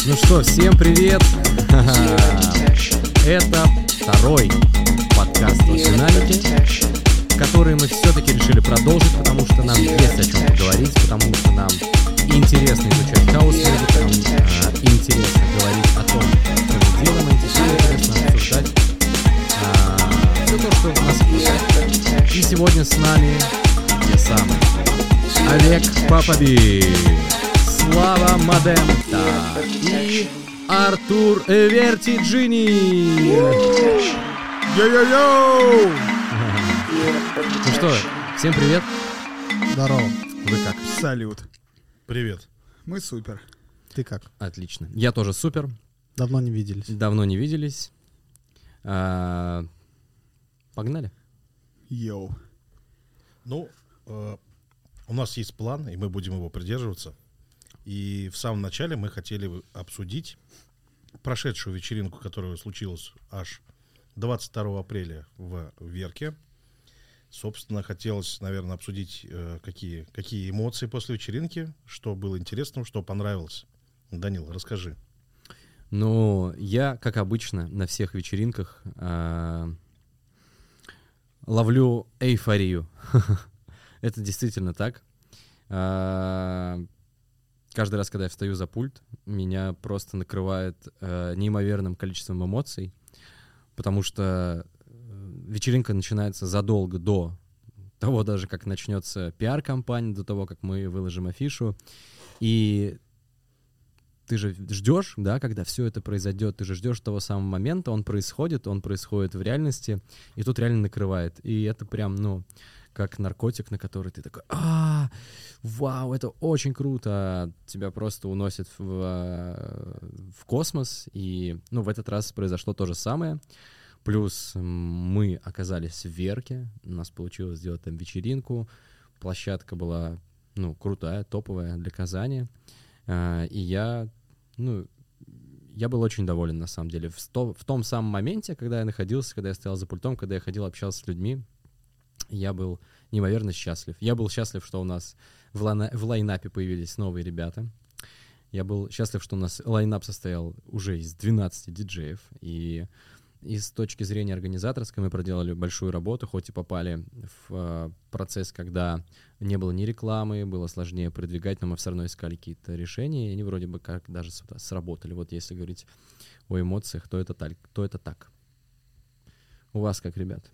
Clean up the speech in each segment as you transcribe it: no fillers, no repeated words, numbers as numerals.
Ну что, всем привет! Это второй подкаст Functionality, который мы все-таки решили продолжить, потому что нам есть о чем поговорить, потому что нам интересно изучать хаос-музыку, нам интересно говорить о том, что мы делаем, интересно обсуждать все то, что у нас есть. И сегодня с нами те самые Олег Папаби, Слава Мадента и Артур Вертиджини. Йо-йо-йо! Ну что, всем привет. Здорово. Вы как? Салют. Привет. Мы супер. Ты как? Отлично. Я тоже супер. Давно не виделись. Давно не виделись. Погнали. Йоу. Ну, у нас есть план, и мы будем его придерживаться. И в самом начале мы хотели обсудить прошедшую вечеринку, которая случилась аж 22 апреля в Верке. Собственно, хотелось, наверное, обсудить, какие эмоции после вечеринки, что было интересного, что понравилось. Данил, расскажи. Ну, я, как обычно, на всех вечеринках ловлю эйфорию. Это действительно так. Каждый раз, когда я встаю за пульт, меня просто накрывает неимоверным количеством эмоций, потому что вечеринка начинается задолго до того даже, как начнется пиар-компания, до того, как мы выложим афишу. И ты же ждешь, да, когда все это произойдет, ты же ждешь того самого момента, он происходит в реальности, и тут реально накрывает. И это прям, ну, как наркотик, на который ты такой: вау, это очень круто, тебя просто уносит в космос. И, ну, в этот раз произошло то же самое. Плюс мы оказались в Верке, у нас получилось сделать там вечеринку, площадка была, ну, крутая, топовая для Казани. И я был очень доволен, на самом деле. В том самом моменте, когда я стоял за пультом, когда я ходил, общался с людьми, я был неимоверно счастлив. Я был счастлив, что у нас в лайнапе появились новые ребята. Я был счастлив, что у нас лайнап состоял уже из 12 диджеев. И с точки зрения организаторской мы проделали большую работу, хоть и попали в процесс, когда не было ни рекламы, было сложнее продвигать, но мы все равно искали какие-то решения, и они вроде бы как даже сработали. Вот если говорить о эмоциях, то это так. У вас как, ребят?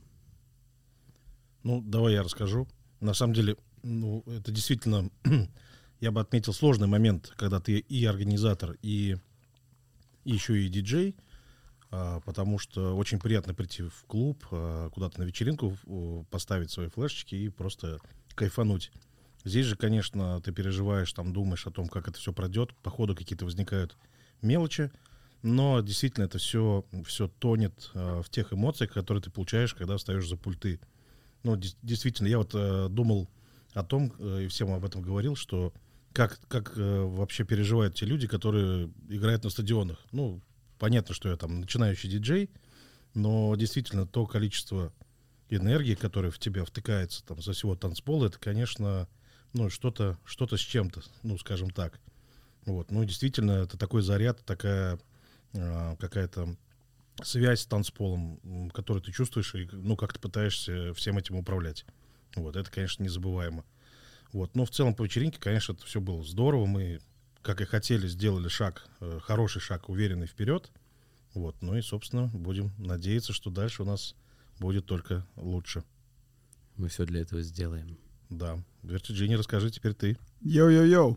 Ну, давай я расскажу. На самом деле, ну, это действительно, я бы отметил сложный момент, когда ты и организатор, и еще и диджей, потому что очень приятно прийти в клуб, куда-то на вечеринку, поставить свои флешечки и просто кайфануть. Здесь же, конечно, ты переживаешь, там думаешь о том, как это все пройдет, по ходу какие-то возникают мелочи, но действительно это все тонет в тех эмоциях, которые ты получаешь, когда встаешь за пульты. Ну, действительно, я вот думал о том, и всем об этом говорил, что как вообще переживают те люди, которые играют на стадионах. Ну, понятно, что я там начинающий диджей, но действительно то количество энергии, которое в тебя втыкается там со всего танцпола, это, конечно, ну, что-то с чем-то, ну, скажем так. Вот. Ну, действительно, это такой заряд, такая какая-то связь с танцполом, которую ты чувствуешь, и, ну, как ты пытаешься всем этим управлять. Вот, это, конечно, незабываемо. Вот, но в целом по вечеринке, конечно, это все было здорово. Мы, как и хотели, сделали шаг, хороший шаг, уверенный вперед. Вот, ну и, собственно, будем надеяться, что дальше у нас будет только лучше. Мы все для этого сделаем. Да. Вертиджини, расскажи теперь ты. Йоу-йоу-йоу.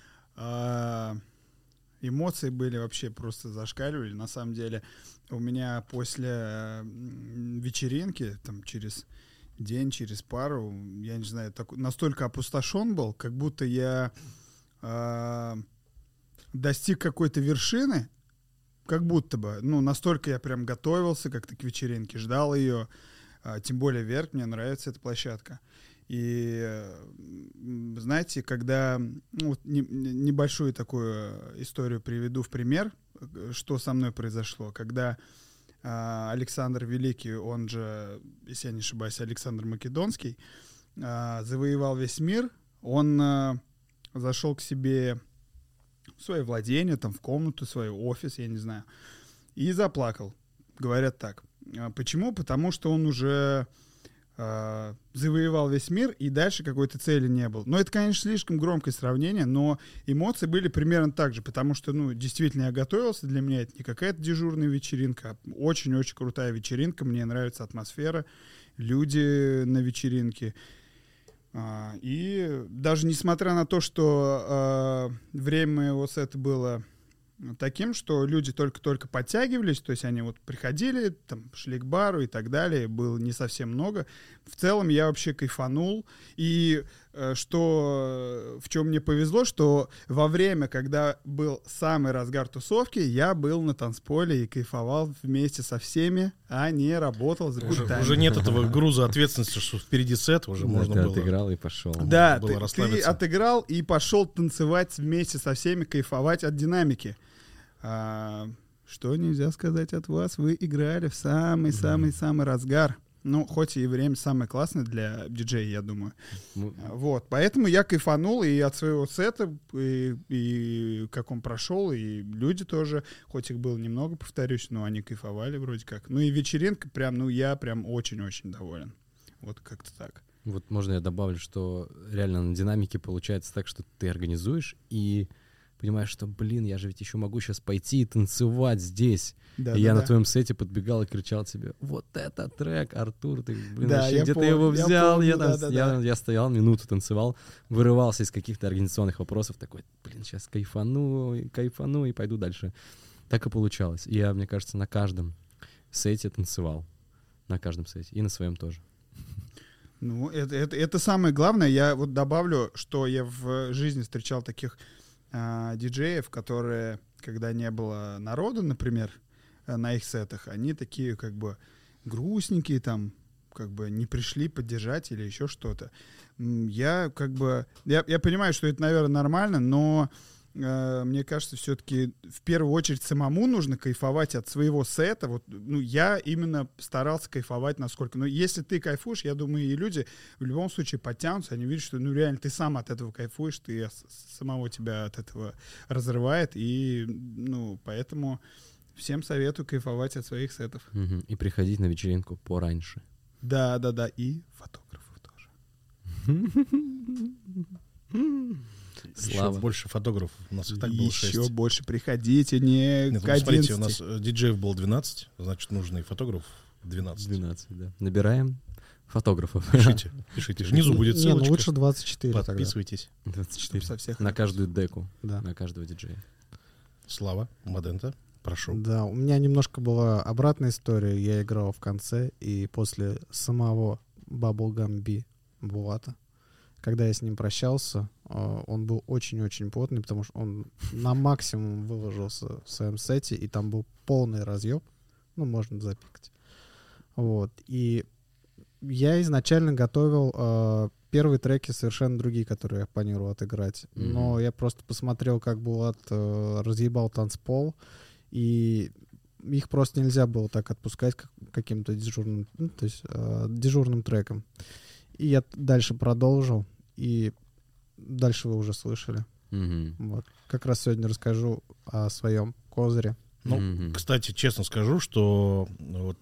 Эмоции были вообще просто зашкаливали. На самом деле у меня после вечеринки, там через день, через пару, я не знаю, настолько опустошен был, как будто я достиг какой-то вершины, как будто бы, ну, настолько я прям готовился как-то к вечеринке, ждал ее, тем более Верк, мне нравится эта площадка. И, знаете, когда, ну, небольшую такую историю приведу в пример, что со мной произошло, когда Александр Великий, он же, если я не ошибаюсь, Александр Македонский, завоевал весь мир, он зашел к себе в свое владение, там, в комнату, свой офис, я не знаю. И заплакал. Говорят так. Почему? Потому что он уже завоевал весь мир, и дальше какой-то цели не было. Но это, конечно, слишком громкое сравнение, но эмоции были примерно так же, потому что, действительно, я готовился. Для меня это не какая-то дежурная вечеринка, а очень-очень крутая вечеринка. Мне нравится атмосфера, люди на вечеринке. И даже несмотря на то, что время моего сета было таким, что люди только-только подтягивались, то есть они вот приходили, там, шли к бару и так далее, было не совсем много. В целом я вообще кайфанул, и в чем мне повезло, что во время, когда был самый разгар тусовки, я был на танцполе и кайфовал вместе со всеми, а не работал за пультами. Уже нет этого груза ответственности, что впереди сет, уже можно ты было... отыграл и пошел. Да, было ты отыграл и пошел танцевать вместе со всеми, кайфовать от динамики. Что нельзя сказать от вас? Вы играли в самый-самый-самый разгар. Хоть и время самое классное для диджея, я думаю. Вот, поэтому я кайфанул и от своего сета, и как он прошел, и люди тоже, хоть их было немного, повторюсь, но они кайфовали вроде как. И вечеринка прям, я прям очень-очень доволен. Вот как-то так. Вот можно я добавлю, что реально на динамике получается так, что ты организуешь и понимаешь, что, я же ведь еще могу сейчас пойти и танцевать здесь. И я на твоем сете подбегал и кричал тебе: вот это трек, Артур, ты, вообще где ты его взял? Я стоял, минуту танцевал, вырывался из каких-то организационных вопросов, такой, сейчас кайфану и пойду дальше. Так и получалось. И я, мне кажется, на каждом сете танцевал. На каждом сете. И на своем тоже. Это самое главное. Я вот добавлю, что я в жизни встречал таких диджеев, которые, когда не было народа, например, на их сетах, они такие как бы грустненькие, там, как бы не пришли поддержать или еще что-то. Я понимаю, что это, наверное, нормально, но мне кажется, все-таки в первую очередь самому нужно кайфовать от своего сета. Вот, я именно старался кайфовать насколько. Но если ты кайфуешь, я думаю, и люди в любом случае подтянутся, они видят, что реально ты сам от этого кайфуешь, ты самого тебя от этого разрывает. И поэтому всем советую кайфовать от своих сетов. И приходить на вечеринку пораньше. Да, и фотографов тоже. Еще больше фотографов. У нас и так было 6. Еще больше приходите, не к 11. Смотрите, у нас диджеев было 12, значит, нужно и фотографов 12. 12, да. Набираем фотографов. Пишите. Внизу будет ссылочка. Лучше 24. Подписывайтесь. 24. Со всех на каждую деку. Да. На каждого диджея. Слава, Мадента, прошу. Да, у меня немножко была обратная история. Я играл в конце, и после самого Bubblegum B Булата, когда я с ним прощался, он был очень-очень потный, потому что он на максимум выложился в своем сете, и там был полный разъеб. Можно запикать. Вот. И я изначально готовил первые треки совершенно другие, которые я планировал отыграть. Но я просто посмотрел, как Булат разъебал танцпол, и их просто нельзя было так отпускать каким-то дежурным, дежурным треком. И я дальше продолжил, и дальше вы уже слышали. Вот. Как раз сегодня расскажу о своем козыре. Кстати, честно скажу, что вот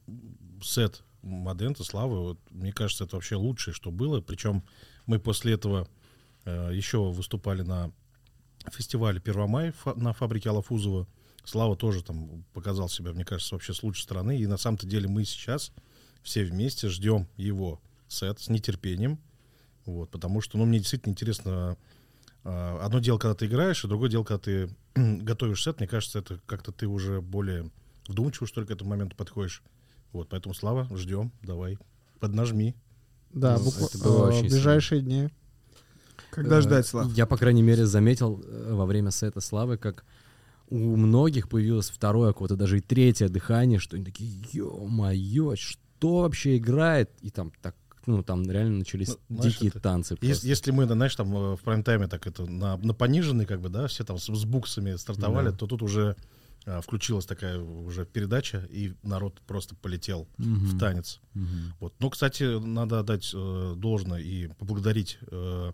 сет Мадента, Славы, мне кажется, это вообще лучшее, что было. Причем мы после этого еще выступали на фестивале Первомай на фабрике Алафузова. Слава тоже там показал себя, мне кажется, вообще с лучшей стороны. И на самом-то деле мы сейчас все вместе ждем его сет с нетерпением. Вот, потому что, мне действительно интересно. Одно дело, когда ты играешь, и другое дело, когда ты готовишь сет. Мне кажется, это как-то ты уже более вдумчиво, что ли, к этому моменту подходишь. Вот, поэтому, Слава, ждем, давай, поднажми. Да, в ближайшие дни. Когда ждать, Слав? Я, по крайней мере, заметил во время сета Славы, как у многих появилось второе, кого-то даже и третье дыхание, что они такие: ё-моё, что вообще играет? И там так, там реально начались дикие танцы. Если мы, знаешь, там в прайм-тайме так это на пониженный, как бы, да, все там с буксами стартовали, то тут уже включилась такая уже передача, и народ просто полетел в танец. Вот. Кстати, надо отдать должное и поблагодарить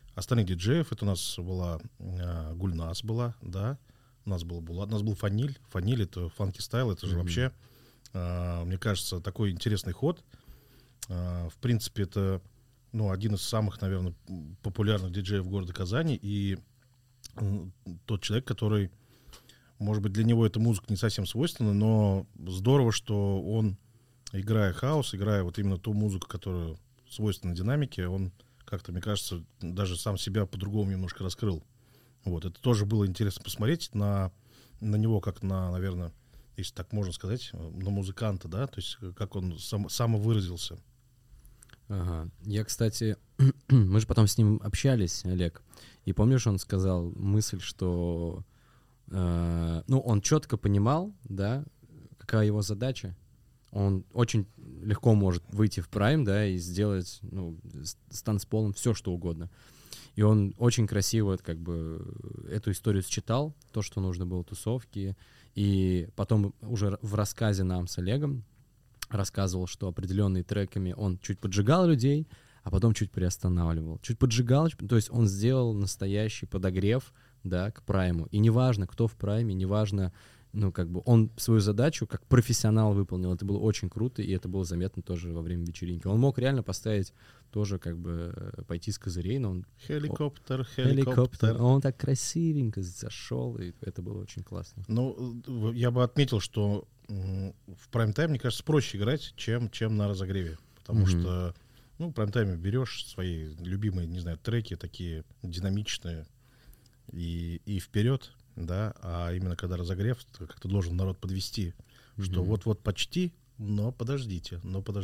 остальных диджеев. Это у нас была Гульнас была, да, у нас был Булат, у нас был Фаниль. Фаниль — это фанки стайл, это же вообще, мне кажется, такой интересный ход. В принципе, это, ну, один из самых, наверное, популярных диджеев города Казани, и тот человек, который, может быть, для него эта музыка не совсем свойственна, но здорово, что он, играя хаус, играя вот именно ту музыку, которая свойственна динамике, он как-то, мне кажется, даже сам себя по-другому немножко раскрыл. Вот, это тоже было интересно посмотреть на него, как на, наверное, если так можно сказать, на музыканта, да, то есть как он самовыразился. Ага. Я, кстати, мы же потом с ним общались, Олег, и помнишь, он сказал мысль, что, ну, он четко понимал, да, какая его задача. Он очень легко может выйти в прайм, да, и сделать, ну, с танцполом все, что угодно. И он очень красиво, как бы, эту историю считал, то, что нужно было тусовки, и потом уже в рассказе нам с Олегом рассказывал, что определенными треками он чуть поджигал людей, а потом чуть приостанавливал. Чуть поджигал, то есть он сделал настоящий подогрев, да, к прайму. И неважно, кто в прайме, неважно, ну, как бы он свою задачу как профессионал выполнил. Это было очень круто, и это было заметно тоже во время вечеринки. Он мог реально поставить тоже, как бы, пойти с козырей, но он... Хеликоптер. Он так красивенько зашел, и это было очень классно. Ну, я бы отметил, что в прайм-тайм, мне кажется, проще играть, чем на разогреве. Потому что, ну, в прайм-тайме берешь свои любимые, не знаю, треки, такие динамичные, и вперед, да, а именно когда разогрев, ты как-то должен народ подвести, что вот-вот почти, но подождите.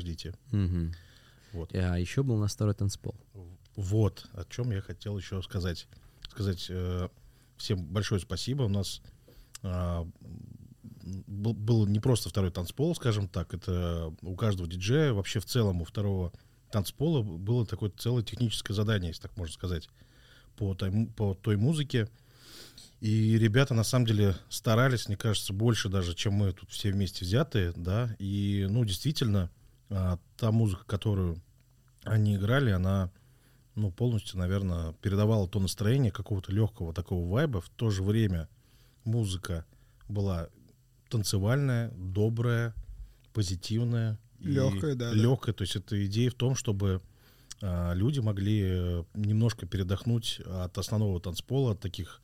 Вот. А еще был у нас второй танцпол. Вот, о чем я хотел еще сказать. Всем большое спасибо. У нас был не просто второй танцпол, скажем так, это у каждого диджея, вообще в целом у второго танцпола было такое целое техническое задание, если так можно сказать, по той музыке. И ребята, на самом деле, старались, мне кажется, больше даже, чем мы тут все вместе взятые, да, и, ну, действительно, та музыка, которую они играли, она, ну, полностью, наверное, передавала то настроение какого-то легкого такого вайба. В то же время музыка была танцевальная, добрая, позитивная. Легкая, да. Легкая, то есть это идея в том, чтобы люди могли немножко передохнуть от основного танцпола, от таких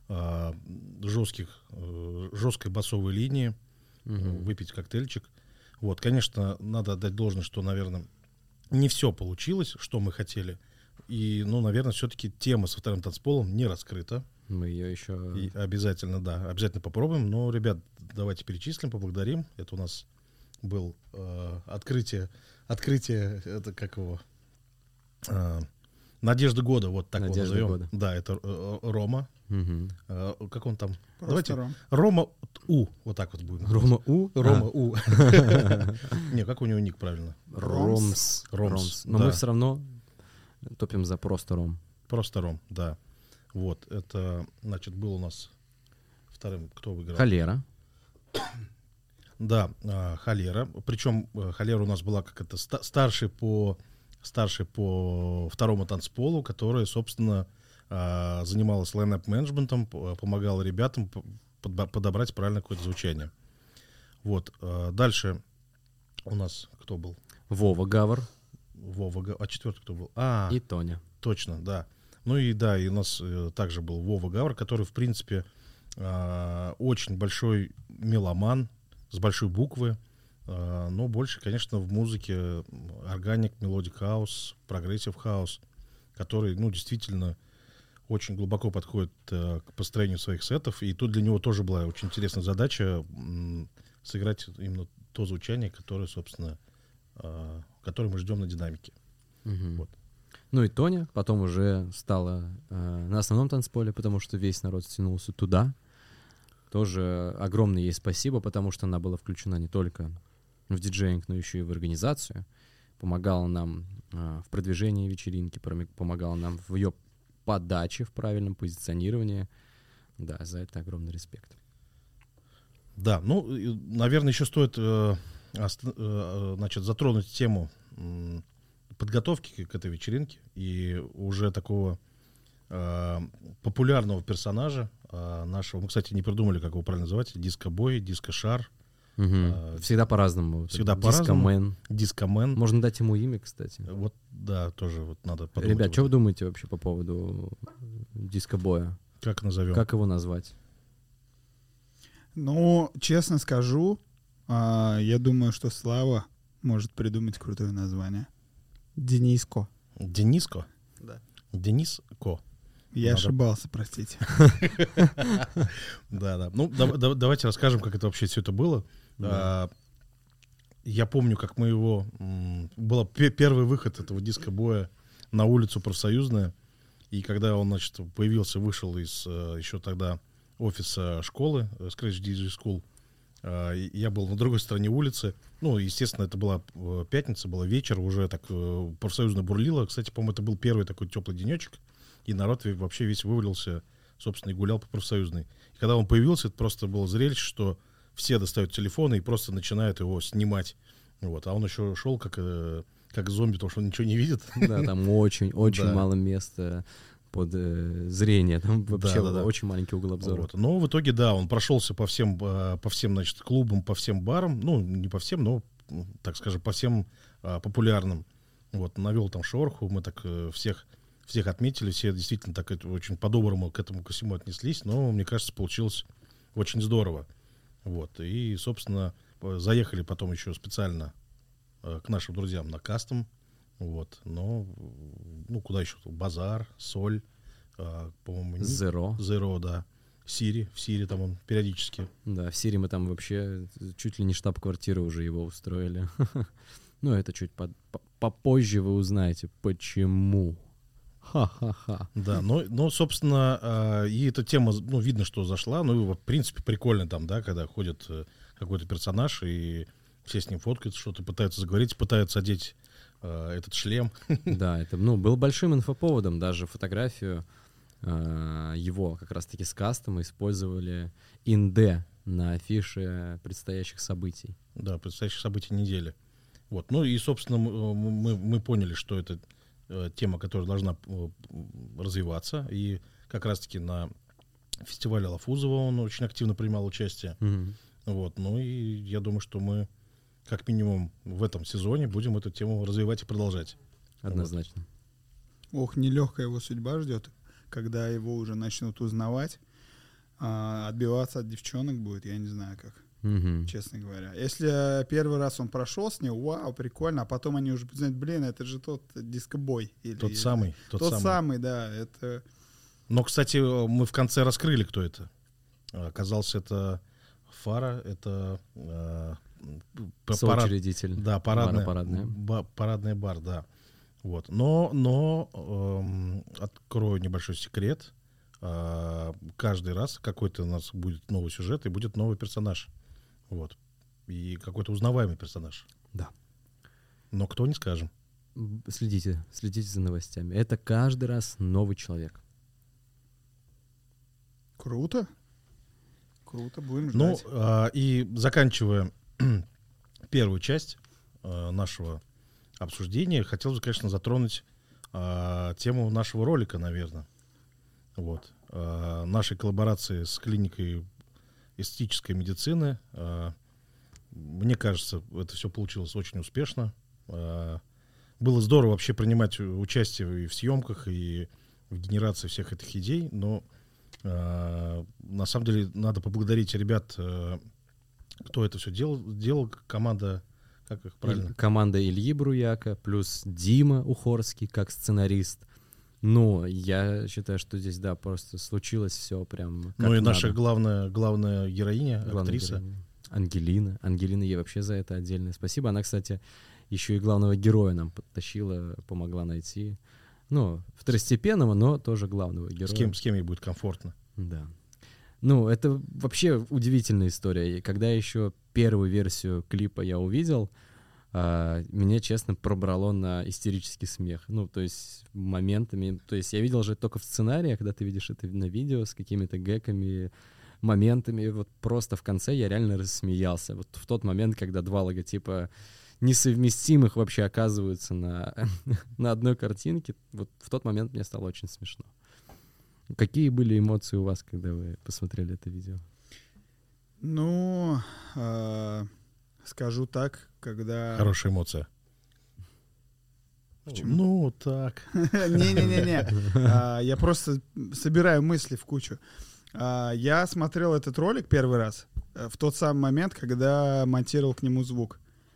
жесткой басовой линии, выпить коктейльчик. Вот, конечно, надо отдать должное, что, наверное, не все получилось, что мы хотели. И, ну, наверное, все-таки тема со вторым танцполом не раскрыта. Мы ее еще... И обязательно попробуем. Но, ребят, давайте перечислим, поблагодарим. Это у нас был открытие, это как его... Надежда года, вот так его назовем. Года. Да, это Рома. Как он там? Просто давайте. Рома У. Вот так вот будем. Рома У? Рома У. Не, как у него ник правильно? Ромс. Но мы все равно топим за просто Ром. Просто Ром, да. Вот, это, значит, был у нас вторым, кто выиграл? Холера. Да, Холера. Причем Холера у нас была как это старший по второму танцполу, которая, собственно, занималась лайнап-менеджментом, помогала ребятам подобрать правильно какое-то звучание. Вот. Дальше у нас кто был? Вова Гавр. А четвертый кто был? И Тоня. Точно, да. Ну и да, и у нас также был Вова Гавр, который, в принципе, очень большой меломан, с большой буквы, но больше, конечно, в музыке органик, мелодик хаус, прогрессив хаус, который, ну, действительно очень глубоко подходит к построению своих сетов. И тут для него тоже была очень интересная задача сыграть именно то звучание, которое, собственно, которое мы ждем на динамике. Вот. Ну и Тоня потом уже стала на основном танцполе, потому что весь народ стянулся туда. Тоже огромное ей спасибо, потому что она была включена не только в диджеинг, но еще и в организацию. Помогала нам в продвижении вечеринки, помогала нам в ее подаче, в правильном позиционировании. Да, за это огромный респект. Да, ну, наверное, еще стоит затронуть тему подготовки к этой вечеринке и уже такого популярного персонажа нашего. Мы, кстати, не придумали, как его правильно называть. Диско-бой, диско-шар. Всегда по-разному. Всегда по-разному. Диско-мен. Диско-мен. Можно дать ему имя, кстати. Вот, да, тоже вот надо подумать. Ребят, что вы думаете вообще по поводу диско-боя? Как назовем? Как его назвать? Ну, честно скажу, я думаю, что Слава может придумать крутое название. Дениско. Дениско? Да. Дениско. Я Надо. ошибался, простите. Да. Ну, давайте расскажем, как это вообще все это было. Да. Я помню, как мы его... Был первый выход этого диско-боя на улицу Профсоюзная. И когда он, значит, появился, вышел из еще тогда офиса школы, Scratch DJ School, я был на другой стороне улицы. Ну, естественно, это была пятница, был вечер, уже так профсоюзно бурлило. Кстати, по-моему, это был первый такой теплый денечек. И народ вообще весь вывалился, собственно, и гулял по Профсоюзной. И когда он появился, это просто было зрелище, что все достают телефоны и просто начинают его снимать. Вот. А он еще шел как зомби, потому что он ничего не видит. Да, там очень Да. мало места под зрение. Там вообще Да. очень маленький угол обзора. Вот. Но в итоге, да, он прошелся по всем, значит, клубам, по всем барам. Ну, не по всем, но, так скажем, по всем популярным. Вот. Навел там шороху, мы так всех отметили, все действительно так очень по-доброму к этому ко всему отнеслись, но, мне кажется, получилось очень здорово. Вот. И, собственно, заехали потом еще специально к нашим друзьям на кастом. Вот. Но, ну, куда еще? Базар, Соль, по-моему, Zero. да. Сири, в Сири там он периодически. Да, в Сирии мы там вообще чуть ли не штаб-квартиру уже его устроили. Ну, это чуть попозже вы узнаете, почему. Ха-ха-ха. Да, но, собственно, и эта тема, ну, видно, что зашла. Ну, и, в принципе, прикольно там, да, когда ходит какой-то персонаж, и все с ним фоткаются, что-то пытаются заговорить, пытаются одеть этот шлем. Да, это, ну, был большим инфоповодом. Даже фотографию его как раз-таки с кастом использовали in-D на афише предстоящих событий. Да, предстоящих событий недели. Вот. Ну и, собственно, мы поняли, что это тема, которая должна развиваться. И как раз-таки на фестивале Лафузова он очень активно принимал участие. Мгм. Вот. Ну и я думаю, что мы как минимум в этом сезоне будем эту тему развивать и продолжать. Однозначно. Ох, нелегкая его судьба ждет, когда его уже начнут узнавать. Отбиваться от девчонок будет, я не знаю как, Мгм. честно говоря. Если первый раз он прошел с ней, вау, прикольно, а потом они уже знают, блин, это же тот дискобой. Или, Тот самый. Тот самый, да. Это... Но, кстати, мы в конце раскрыли, кто это. Оказался, это Фара, это Соучредитель. да, Парадная. парадный бар, да. Вот. Но открою небольшой секрет. Каждый раз какой-то у нас будет новый сюжет и будет новый персонаж. Вот. И какой-то узнаваемый персонаж. Да. Но кто, не скажем. Следите за новостями. Это каждый раз новый человек. Круто. Круто, будем Ну, ждать. и заканчивая первую часть нашего обсуждения, хотелось бы, конечно, затронуть тему нашего ролика, наверное. Вот. Нашей коллаборации с клиникой эстетической медицины. Мне кажется, это все получилось очень успешно. Было здорово вообще принимать участие и в съемках, и в генерации всех этих идей, но на самом деле надо поблагодарить ребят, кто это все делал, команда, как их правильно? Команда Ильи Бруяка плюс Дима Ухорский как сценарист. Ну, я считаю, что здесь, да, просто случилось все прям как Ну и надо. наша главная героиня, Главная актриса. героиня. Ангелина. Ангелина, ей вообще за это отдельное спасибо. Она, кстати, еще и главного героя нам подтащила, помогла найти. Ну, второстепенного, но тоже главного героя. С кем ей будет комфортно. Да. Ну, это вообще удивительная история. И когда еще первую версию клипа я увидел, меня, честно, пробрало на истерический смех. Ну, то есть моментами... То есть я видел же это только в сценарии, а когда ты видишь это на видео с какими-то гэками, моментами, вот просто в конце я реально рассмеялся. Вот в тот момент, когда два логотипа несовместимых вообще оказываются на одной картинке, вот в тот момент мне стало очень смешно. Какие были эмоции у вас, когда вы посмотрели это видео? Ну, скажу так, когда... Хорошая эмоция. Почему? Ну, так. Не-не-не-не. Я просто собираю мысли в кучу. Я смотрел этот ролик первый раз в тот самый момент, когда монтировал к нему звук.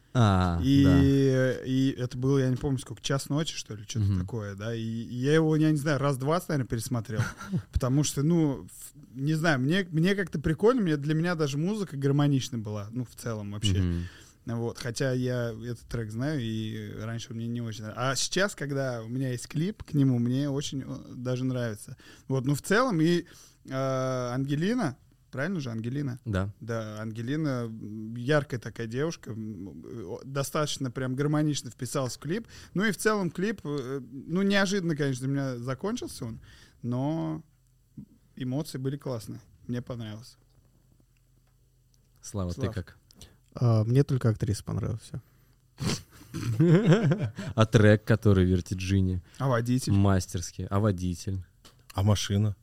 И это было, я не помню, сколько, час ночи, что ли, что-то такое, да. И я его, я не знаю, раз 20, наверное, пересмотрел. Потому что, ну, не знаю, мне как-то прикольно, для меня даже музыка гармоничная была, ну, в целом вообще. Вот, хотя я этот трек знаю, и раньше мне не очень нравился. А сейчас, когда у меня есть клип к нему, мне очень даже нравится. Вот, ну, в целом, и Ангелина, правильно же, Ангелина? Да. Да, Ангелина яркая такая девушка, достаточно прям гармонично вписалась в клип. Ну и в целом клип, ну, неожиданно, конечно, для меня закончился он, но эмоции были классные. Мне понравилось. Слава, ты как? Мне только актриса понравилась. Всё. А трек, который вертит Джинни? А водитель? Мастерски. А водитель? А машина?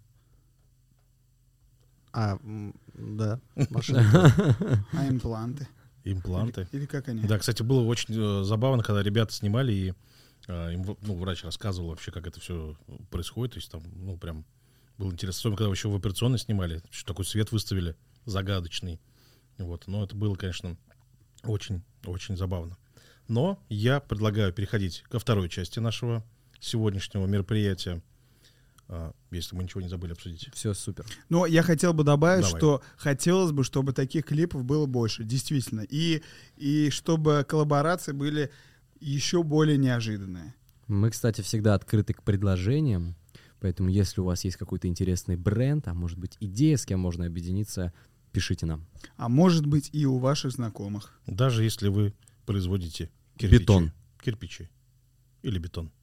Да, машина. А импланты? Импланты? Или как они? Да, кстати, было очень забавно, когда ребята снимали, и им, ну, врач рассказывал вообще, как это все происходит. То есть там, ну, прям было интересно. Особенно, когда еще в операционной снимали, что такой свет выставили загадочный. Вот. Но это было, конечно, очень-очень забавно. Но я предлагаю переходить ко второй части нашего сегодняшнего мероприятия, если мы ничего не забыли обсудить. Все супер. Но я хотел бы добавить, Давай. что хотелось бы, чтобы таких клипов было больше, действительно. И чтобы коллаборации были еще более неожиданные. Мы, кстати, всегда открыты к предложениям, поэтому если у вас есть какой-то интересный бренд, а может быть идея, с кем можно объединиться, пишите нам. А может быть и у ваших знакомых. Даже если вы производите кирпичи. Бетон. Кирпичи. Или бетон.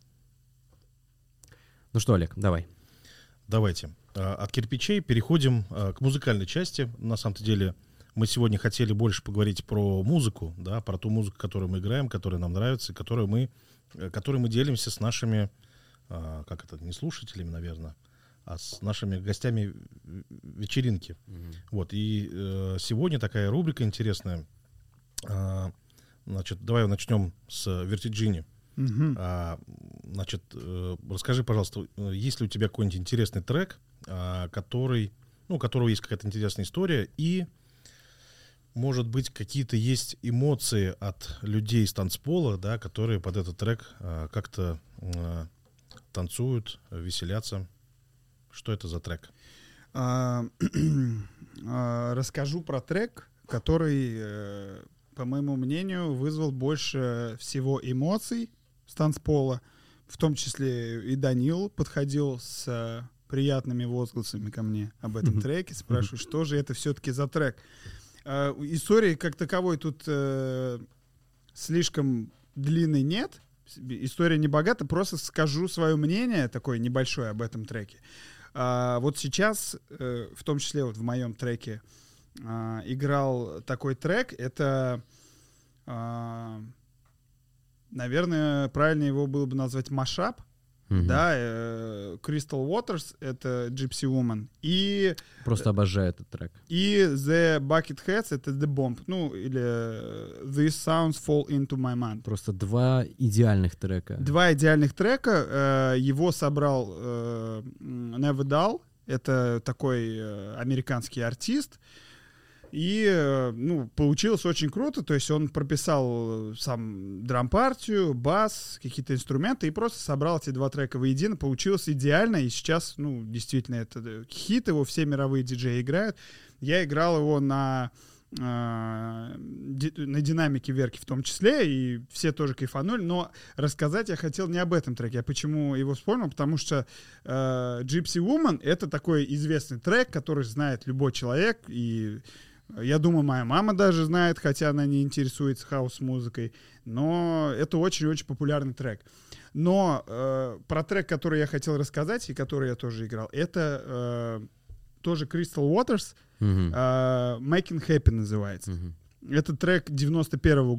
Ну что, Олег, давай. Давайте. От кирпичей переходим к музыкальной части. На самом-то деле мы сегодня хотели больше поговорить про музыку, да, про ту музыку, которую мы играем, которая нам нравится, которой мы делимся с нашими, как это, не слушателями, наверное, а с нашими гостями вечеринки. Вот. И сегодня такая рубрика интересная. Значит, давай начнем с Вертиджини. Значит, расскажи, пожалуйста, есть ли у тебя какой-нибудь интересный трек, у которого есть какая-то интересная история, и, может быть, какие-то есть эмоции от людей с танцпола, да, которые под этот трек как-то танцуют, веселятся. Что это за трек? Расскажу про трек, который, по моему мнению, вызвал больше всего эмоций с танцпола. В том числе и Данил подходил с приятными возгласами ко мне об этом треке, спрашивает, что же это все-таки за трек. Истории как таковой тут слишком длинной нет. История не богата, просто скажу свое мнение такое небольшое об этом треке. Вот сейчас, в том числе вот в моем треке, играл такой трек. Это, наверное, правильно его было бы назвать машап. Да, Crystal Waters — это Gypsy Woman. И Просто обожаю этот трек. И The Bucketheads — это The Bomb. Ну, или These Sounds Fall Into My Mind. Просто два идеальных трека. Два идеальных трека. Его собрал Never Dull. Это такой американский артист. И, ну, получилось очень круто. То есть он прописал сам драм-партию, бас, какие-то инструменты и просто собрал эти два трека воедино. Получилось идеально. И сейчас, ну, действительно, это хит. Его все мировые диджеи играют. Я играл его на динамике Верки в том числе, и все тоже кайфанули. Но рассказать я хотел не об этом треке. Я почему его вспомнил? Потому что Gypsy Woman — это такой известный трек, который знает любой человек, и я думаю, моя мама даже знает, хотя она не интересуется хаус-музыкой. Но это очень-очень популярный трек. Но про трек, который я хотел рассказать, и который я тоже играл, это тоже Crystal Waters, Making Happy называется. Это трек 1991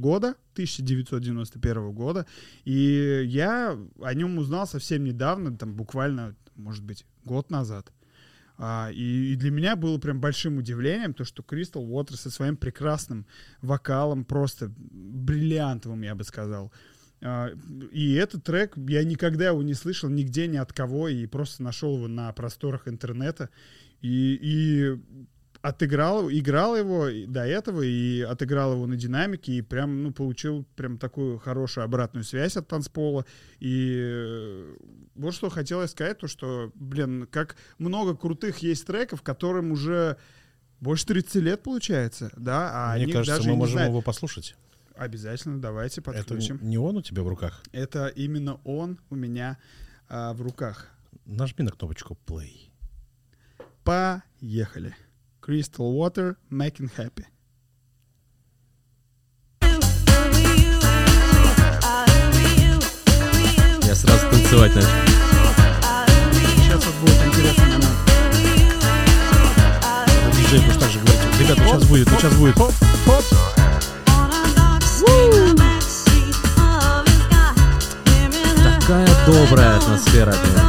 года, и я о нем узнал совсем недавно, там буквально может быть, год назад. И для меня было прям большим удивлением то, что Crystal Waters со своим прекрасным вокалом, просто бриллиантовым, я бы сказал. И этот трек, я никогда его не слышал нигде, ни от кого, и просто нашел его на просторах интернета. И играл его до этого, и отыграл его на динамике, и прям, получил прям такую хорошую обратную связь от танцпола. И вот что хотел я сказать, то что, как много крутых есть треков, которым уже больше 30 лет получается, да? Мне кажется, даже мы можем его послушать. Обязательно, давайте подключим. Это не он у тебя в руках? Это именно он у меня в руках. Нажми на кнопочку play. Поехали. Crystal Water, Making Happy. Я сразу танцевать начал. Сейчас вот будет интересный момент. Диджей пусть так же говорит. Ребята, вот сейчас будет. Такая добрая атмосфера от него.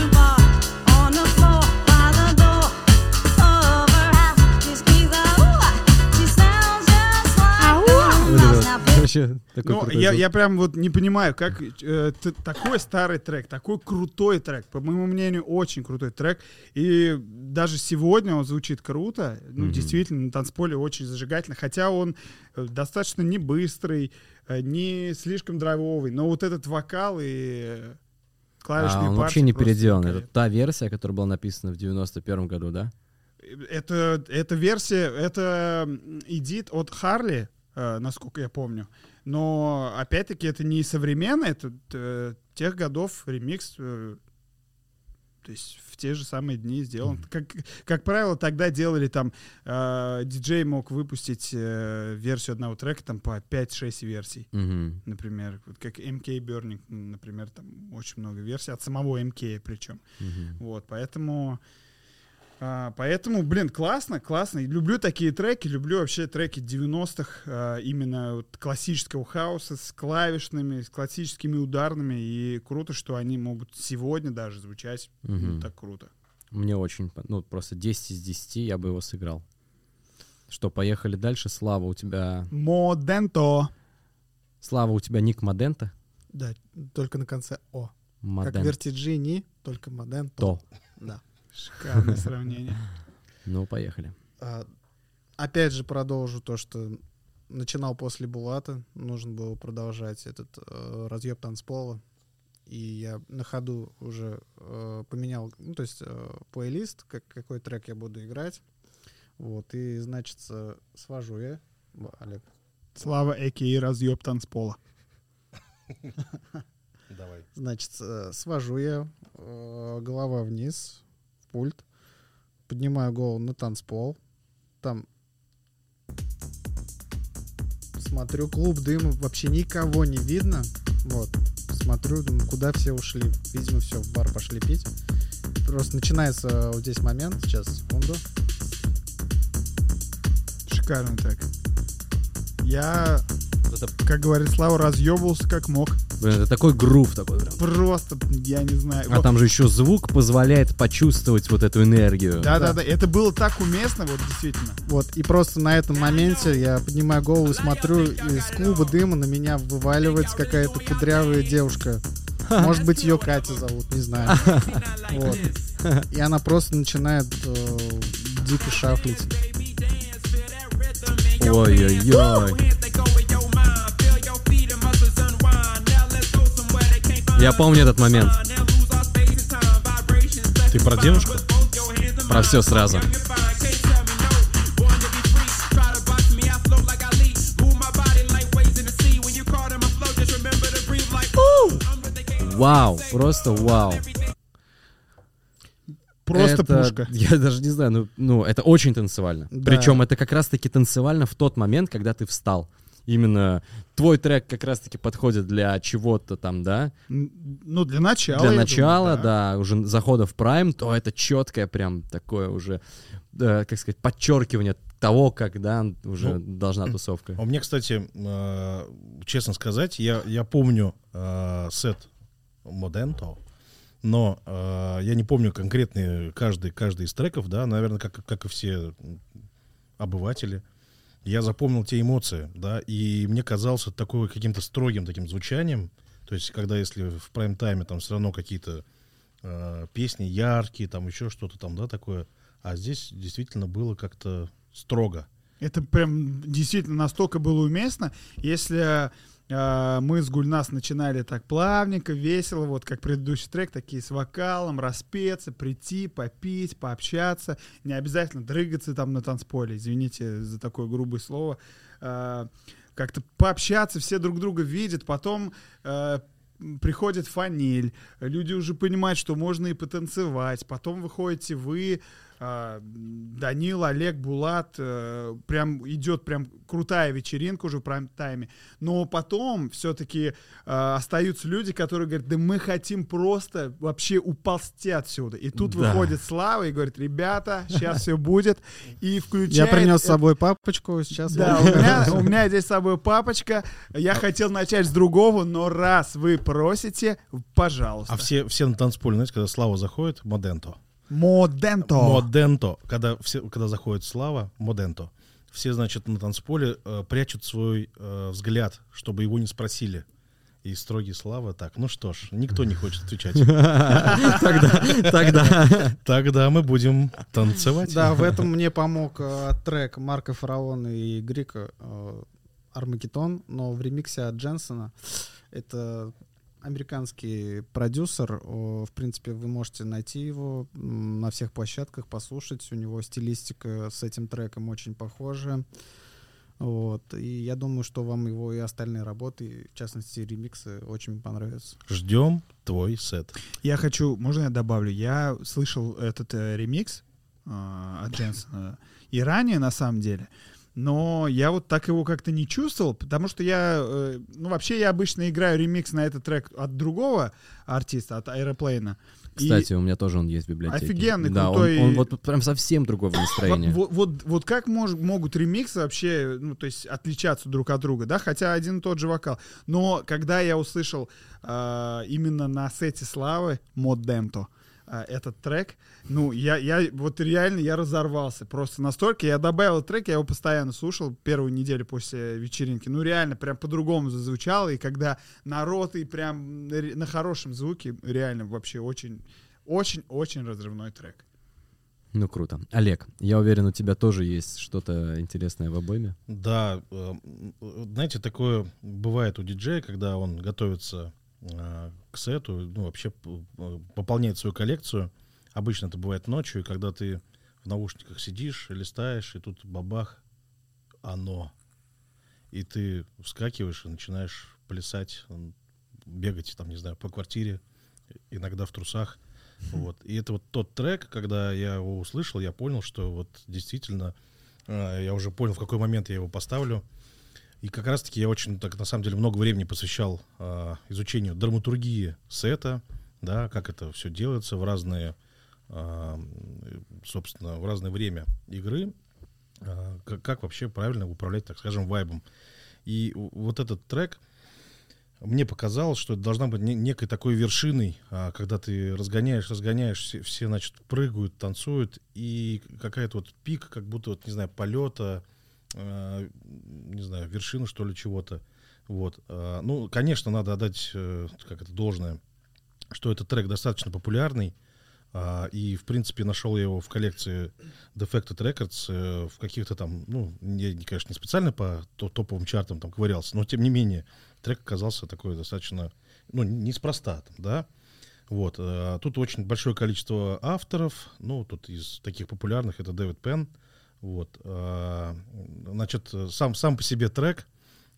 Я прям вот не понимаю, как такой старый трек, такой крутой трек, по моему мнению, очень крутой трек, и даже сегодня он звучит круто, действительно, на танцполе очень зажигательно, хотя он достаточно не быстрый, не слишком драйвовый, но вот этот вокал и клавишные партии... Он вообще не переделан, это та версия, которая была написана в 91 году, да? Это версия, это эдит от Харли, насколько я помню. Но, опять-таки, это не современный, это тех годов ремикс, то есть в те же самые дни сделан. Как правило, тогда делали там, диджей мог выпустить версию одного трека там по 5-6 версий. Например, вот как MK Burning, например, там очень много версий, от самого MK причем. Вот, поэтому, классно. Люблю такие треки, люблю вообще треки 90-х, именно вот классического хауса с клавишными, с классическими ударными. И круто, что они могут сегодня даже звучать так круто. Мне очень, просто 10 из 10 я бы его сыграл. Что, поехали дальше. Слава, у тебя... Моденто. Слава, у тебя ник Моденто? Да, только на конце О. Моденто. Как Вертиджини, только Моденто. Да. Шикарное сравнение. Ну, поехали. Опять же продолжу то, что начинал после Булата. Нужно было продолжать этот разъеб танцпола. И я на ходу уже поменял, плейлист, какой трек я буду играть. Вот, и, значит, свожу я. Олег. Слава, а.к.а. разъеб танцпола. Давай. Значит, свожу я, голова вниз, в пульт, поднимаю голову на танцпол, там смотрю, клуб дыма, вообще никого не видно, вот, смотрю, думаю, куда все ушли, видимо, все, в бар пошли пить. Просто начинается вот здесь момент, сейчас, секунду. Шикарный трек. Я, как говорит Слава, разъебывался как мог. Блин, это такой грув такой прям. Просто, я не знаю. А там же еще звук позволяет почувствовать вот эту энергию. Да. Это было так уместно, вот действительно. Вот, и просто на этом моменте я поднимаю голову и смотрю, из клуба дыма на меня вываливается какая-то кудрявая девушка. Может быть, ее Катя зовут, не знаю. Вот. И она просто начинает дико шафлить. Ой-ой-ой. Я помню этот момент. Ты про девушку? Про все сразу. Вау, просто вау. Просто это, пушка. Я даже не знаю, это очень танцевально. Да. Причем это как раз-таки танцевально в тот момент, когда ты встал. Именно твой трек как раз-таки подходит для чего-то там, да? Ну, для начала. Для начала, думаю, да, уже захода в прайм, то это четкое прям такое уже, как сказать, подчеркивание того, как, да, уже должна тусовка. У меня, кстати, честно сказать, я помню сет Моденто, Но я не помню конкретный каждый из треков, да, наверное, как и все обыватели. Я запомнил те эмоции, да, и мне казалось это такое каким-то строгим таким звучанием. То есть, когда если в прайм-тайме там все равно какие-то песни яркие, там еще что-то там, да, такое, а здесь действительно было как-то строго. Это прям действительно настолько было уместно, если мы с Гульнас начинали так плавненько, весело, вот как предыдущий трек, такие с вокалом, распеться, прийти, попить, пообщаться, не обязательно дрыгаться там на танцполе, извините за такое грубое слово, как-то пообщаться, все друг друга видят, потом приходит фаниль, люди уже понимают, что можно и потанцевать, потом выходите вы, Данил, Олег, Булат, прям идет прям крутая вечеринка уже в прайм-тайме, но потом все-таки остаются люди, которые говорят, да мы хотим просто вообще уползти отсюда, и тут выходит Слава и говорит, ребята, сейчас все будет, и включает... Я принес с собой папочку, сейчас... Да, у меня здесь с собой папочка, я хотел начать с другого, но раз вы просите, пожалуйста. А все на танцполе, знаете, когда Слава заходит, моденто. Моденто. Когда заходит Слава, моденто. Все, значит, на танцполе прячут свой взгляд, чтобы его не спросили. И строгий Слава так, ну что ж, никто не хочет отвечать. Тогда мы будем танцевать. Да, в этом мне помог трек Марка Фараона и Грика «Армагеддон», но в ремиксе от Дженсона. Это американский продюсер, в принципе, вы можете найти его на всех площадках, послушать. У него стилистика с этим треком очень похожа. Вот. И я думаю, что вам его и остальные работы, в частности, ремиксы, очень понравятся. Ждем твой сет. Я хочу, можно я добавлю? Я слышал этот ремикс от Дженсона и ранее, на самом деле, но я вот так его как-то не чувствовал, потому что вообще я обычно играю ремикс на этот трек от другого артиста, от Aeroplane. Кстати, у меня тоже он есть в библиотеке. Офигенный, да, крутой. Он вот прям совсем другого настроения. Вот как могут ремиксы вообще, ну, то есть отличаться друг от друга, да, хотя один и тот же вокал. Но когда я услышал именно на сете Славы «Моденто» этот трек, ну, я вот реально я разорвался. Просто настолько. Я добавил трек, я его постоянно слушал первую неделю после вечеринки. Ну, реально, прям по-другому зазвучало. И когда народ и прям на хорошем звуке, реально вообще очень-очень разрывной трек. Ну, круто. Олег, я уверен, у тебя тоже есть что-то интересное в обойме. Да, знаете, такое бывает у диджея, когда он готовится к сету, ну, вообще пополняет свою коллекцию. Обычно это бывает ночью, и когда ты в наушниках сидишь, листаешь, и тут бабах, оно. И ты вскакиваешь и начинаешь плясать, бегать, там, не знаю, по квартире, иногда в трусах. Вот. И это вот тот трек, когда я его услышал, я понял, что вот действительно, я уже понял, в какой момент я его поставлю. И как раз-таки я очень, так, на самом деле, много времени посвящал изучению драматургии сета, да, как это все делается в разные, собственно, в разное время игры, как вообще правильно управлять, так скажем, вайбом. И вот этот трек, мне показалось, что это должна быть некой такой вершиной, когда ты разгоняешь, все, значит, прыгают, танцуют, и какая-то вот пик, как будто, вот, не знаю, полета, не знаю, вершину, что ли, чего-то. Вот. Ну, конечно, надо отдать, как это, должное, что этот трек достаточно популярный, и, в принципе, нашел я его в коллекции Defected Records, в каких-то там, ну, я, конечно, не специально по топовым чартам там ковырялся, но, тем не менее, трек оказался такой достаточно, ну, неспроста, там, да. Вот. Тут очень большое количество авторов, ну, тут из таких популярных это Дэвид Пенн. Вот, значит, сам по себе трек,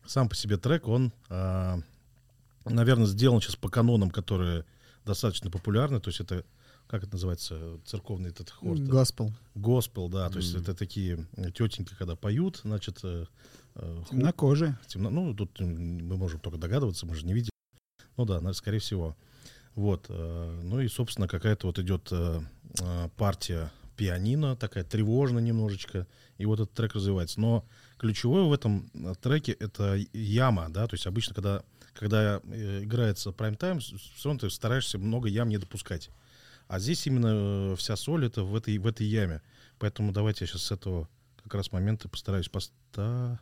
он, наверное, сделан сейчас по канонам, которые достаточно популярны, то есть это, как это называется, церковный этот хор? Госпел, да, то есть это такие тетеньки, когда поют, значит... Темнокожие. Ну, тут мы можем только догадываться, мы же не видим. Ну да, скорее всего. Вот, ну и, собственно, какая-то вот идет партия пианино, такая тревожная немножечко, и вот этот трек развивается. Но ключевое в этом треке — это яма, да, то есть обычно, когда когда играется прайм-тайм, все равно ты стараешься много ям не допускать. А здесь именно вся соль это в этой яме. Поэтому давайте я сейчас с этого как раз момента постараюсь поставить.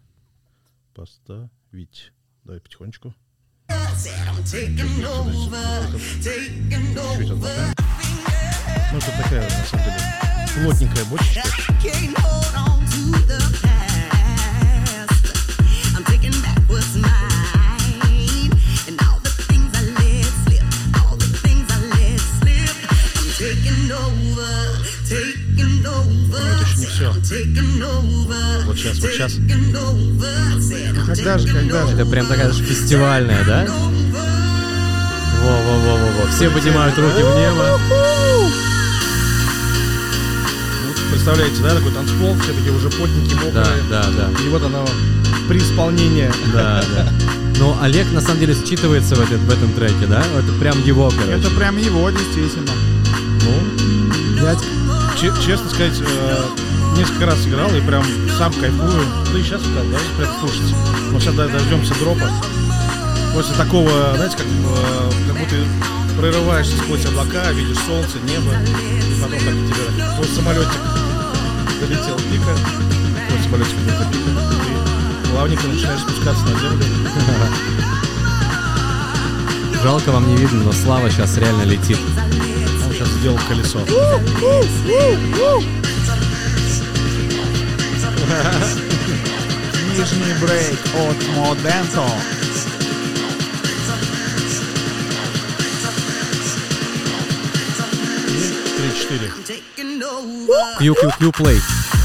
Давай потихонечку. Чуть-чуть отмотаем. Ну, это такая, на самом деле, плотненькая бочечка. Но это еще не все. Вот сейчас. Когда же? Это прям такая же фестивальная, да? Во-во-во-во-во. Все поднимают руки в небо. Ну, представляете, да, такой танцпол, все такие уже потненькие, мокрые. Да. И вот оно при исполнении. Да. Но Олег на самом деле считывается в этом треке, да? Это прям его, короче. Это прям его, действительно. Честно сказать, несколько раз играл и прям сам кайфую. Да и сейчас давайте прям слушать. Вот сейчас дождемся дропа. После такого, знаете, как будто прорываешься сквозь облака, видишь солнце, небо, и потом так тебе твой самолетик долетел пика, твой самолетик долетел пика, и плавненько начинаешь спускаться на землю. Жалко, вам не видно, но Слава сейчас реально летит. Он сейчас сделал колесо. Нижний брейк от Моденто. И 3-4. Q, play.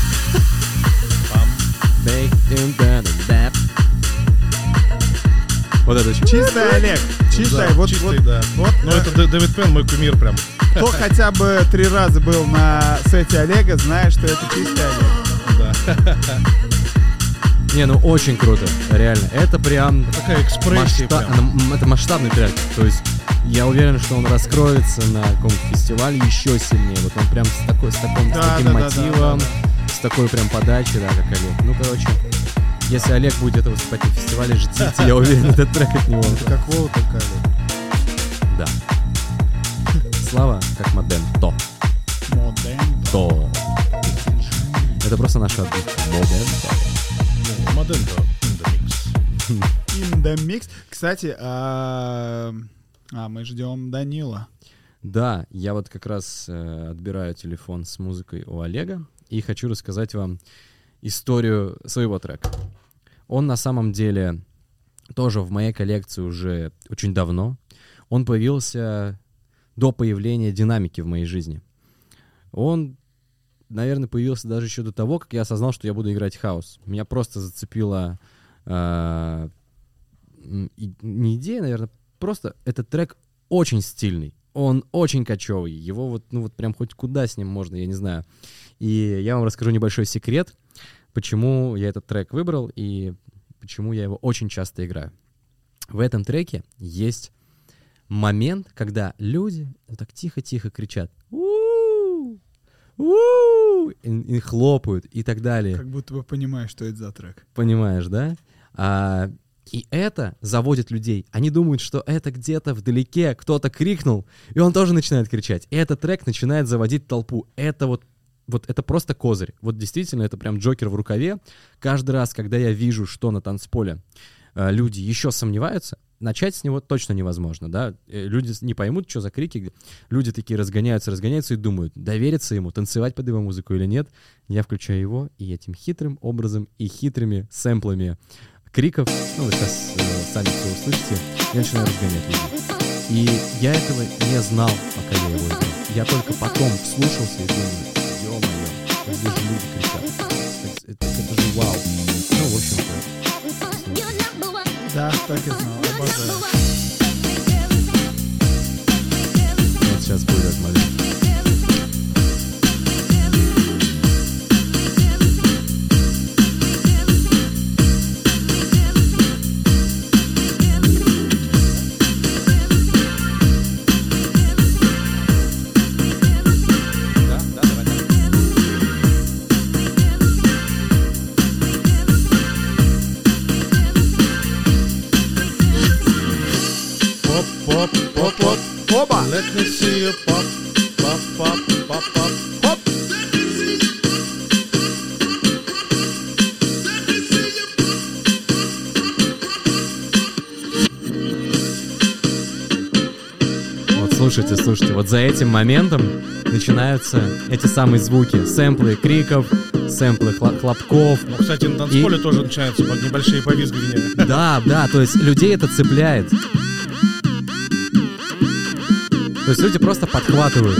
Вот это очень. Чистый Олег. Чистый. Да, вот, чистый, вот, да. вот, Ну, это Дэвид Пен, мой кумир прям. кто хотя бы 3 раза был на сете Олега, знает, что это чистый Олег. Да. Не, ну очень круто, реально. Это прям Такая экспрессия прям. это масштабный трек. То есть я уверен, что он раскроется на каком-то фестивале еще сильнее. Вот он прям с таким мотивом, с такой прям подачей, да, как Олег. Ну, короче, если Олег будет где-то выступать на фестивале GTT, я уверен, этот трек от него. Это как Вова, так Олег. Да. Слава как Моденто. Моденто. Это просто наш отдых. Моденто. Моденто in the mix. In the mix. Кстати, мы ждем Данила. Да, я вот как раз отбираю телефон с музыкой у Олега и хочу рассказать вам историю своего трека. Он на самом деле тоже в моей коллекции уже очень давно. Он появился до появления динамики в моей жизни. Он, наверное, появился даже еще до того, как я осознал, что я буду играть хаус. Меня просто зацепила не идея, наверное, просто этот трек очень стильный. Он очень кочевый. Его вот прям хоть куда с ним можно, я не знаю. И я вам расскажу небольшой секрет, почему я этот трек выбрал и почему я его очень часто играю. В этом треке есть момент, когда люди вот так тихо-тихо кричат «У-у-у! У-у-у!» и хлопают и так далее. Как будто бы понимаешь, что это за трек. Понимаешь, да? И это заводит людей. Они думают, что это где-то вдалеке кто-то крикнул, и он тоже начинает кричать. И этот трек начинает заводить толпу. Это вот это просто козырь. Вот действительно, это прям Джокер в рукаве. Каждый раз, когда я вижу, что на танцполе люди еще сомневаются, начать с него точно невозможно, да? Люди не поймут, что за крики. Люди такие разгоняются и думают, довериться ему, танцевать под его музыку или нет. Я включаю его, и этим хитрым образом и хитрыми сэмплами криков, ну, вы сейчас сами все услышите, я начинаю разгонять людей. И я этого не знал, пока я его играл. Я только потом вслушался и думаю, ё-моё, здесь же люди кричат. Это же вау. Ну, в общем-то. Да, так и знал, обожаю. Вот сейчас будет этот момент. Слушайте, вот за этим моментом начинаются эти самые звуки. Сэмплы криков, сэмплы хлопков. Ну, кстати, на танцполе тоже начинаются небольшие повизгивания. Да, то есть людей это цепляет. То есть люди просто подхватывают.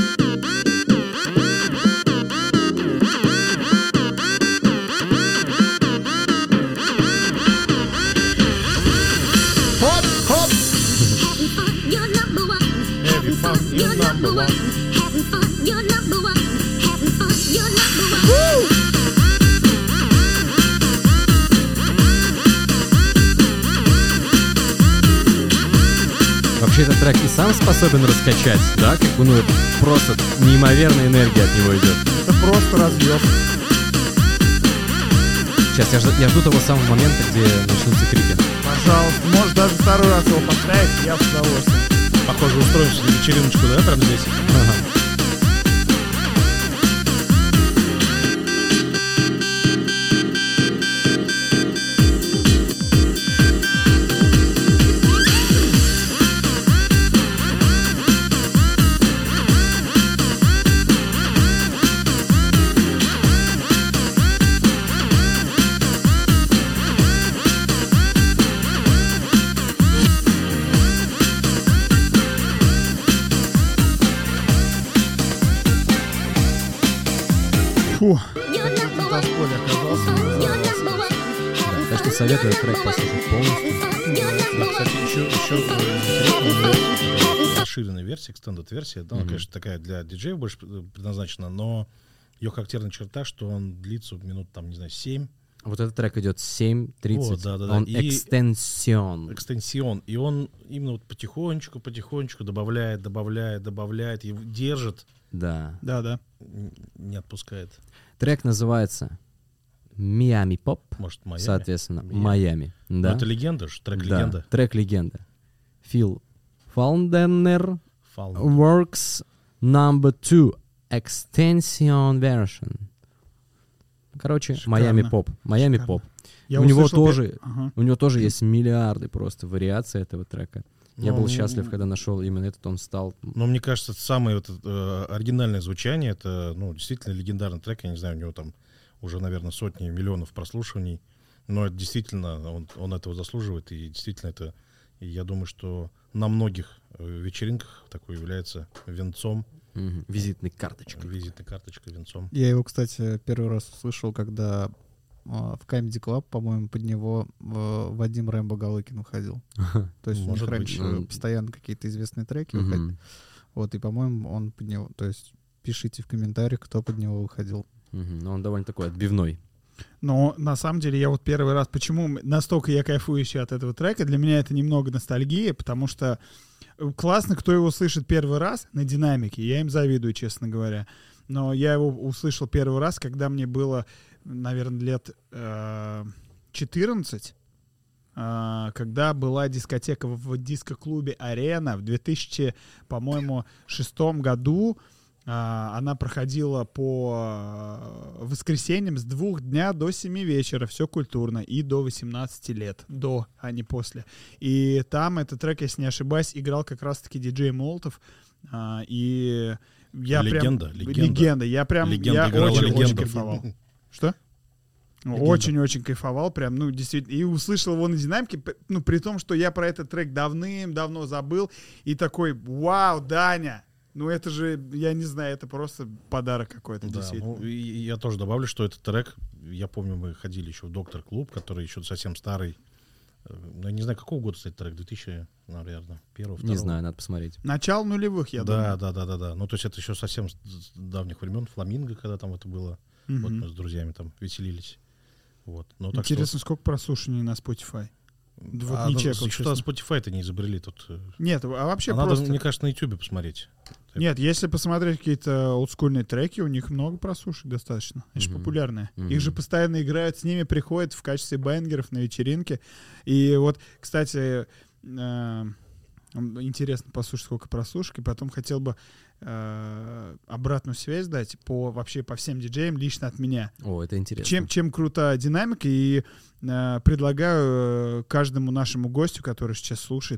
Вообще этот трек и сам способен раскачать, да? Как бы, ну, это просто неимоверная энергия от него идет. Это просто разъем. Сейчас, я жду того самого момента, где начнутся крики. Пожалуйста, можешь даже второй раз его поставить, я с удовольствием. Похоже, устроим себе вечериночку, да, прямо здесь? Ага. Фу, на танцполе оказался. Так что советую этот трек послушать полностью. Да, кстати, еще интересно, расширенная версия, экстендед-версия, да, она, конечно, такая для диджеев больше предназначена, но ее характерная черта, что он длится минут, там, не знаю, 7. Вот этот трек идет 7:30. Вот, да. Он И экстенсион. экстенсион. И он именно вот потихонечку добавляет и держит, Да. Да. не отпускает. Трек называется Miami Pop. Может, Майами? Соответственно, Майами. Ну, Да. это легенда же, Да, трек-легенда. трек-легенда. Phil Faldener Фаун. Works No. 2 Extension Version. Короче, Шикарно. Майами Поп. Майами Шикарно. Поп. Я У него услышал тоже, Ага. у него тоже есть миллиарды просто вариаций этого трека. Я Ну, был счастлив, когда нашел именно этот, он стал... Но мне кажется, самое вот, оригинальное звучание, это, ну, действительно легендарный трек. Я не знаю, у него там уже, наверное, сотни миллионов прослушиваний. Но это действительно, он этого заслуживает. И действительно это, и я думаю, что на многих вечеринках такой является венцом. Визитной карточкой. Визитной карточкой, венцом. Я его, кстати, первый раз услышал, когда в Comedy Club, по-моему, под него Вадим Рэмбо Галыкин выходил. То есть у них Может быть. раньше постоянно какие-то известные треки выходили. Вот, и, по-моему, он под него... То есть пишите в комментариях, кто под него выходил. Но он довольно такой отбивной. Но на самом деле я вот первый раз... Почему настолько я кайфую еще от этого трека? Для меня это немного ностальгия, потому что классно, кто его слышит первый раз на динамике. Я им завидую, честно говоря. Но я его услышал первый раз, когда мне было, наверное, лет 14, когда была дискотека в диско-клубе «Арена» в 2000, по-моему, 6 году. Она проходила по воскресеньям с 2 дня до 7 вечера, все культурно, и до 18 лет, до, а не после. И там этот трек, если не ошибаюсь, играл как раз-таки диджей Молотов, и я Легенда. Легенда. Я очень кайфовал. Что? Очень-очень кайфовал, прям, ну, действительно, и услышал его на динамике, ну, при том, что я про этот трек давным-давно забыл, и такой, вау, Даня! Ну, это же, я не знаю, это просто подарок какой-то, Да, действительно. ну, и я тоже добавлю, что этот трек, я помню, мы ходили еще в Доктор-клуб, который еще совсем старый. Ну, я не знаю, какого года, кстати, трек, 2000, наверное, 1-го, 2-го. Не знаю, надо посмотреть. Начало нулевых, я думаю. Да. Ну, то есть это еще совсем с давних времен, Фламинго, когда там это было. Вот мы с друзьями там веселились. Вот. Ну, так Интересно, сколько прослушаний на Spotify? Вот не чекал, что честно. Spotify-то не изобрели тут. Нет, а вообще Надо, просто... мне кажется, на YouTube посмотреть. Нет, если посмотреть какие-то олдскульные треки, у них много прослушек достаточно. Они же популярные. Их же постоянно играют, с ними приходят в качестве бенгеров на вечеринке. И вот, кстати, интересно послушать, сколько прослушек, и потом хотел бы обратную связь дать вообще по всем диджеям лично от меня. О, это интересно. Чем крута динамика, и предлагаю каждому нашему гостю, который сейчас слушает,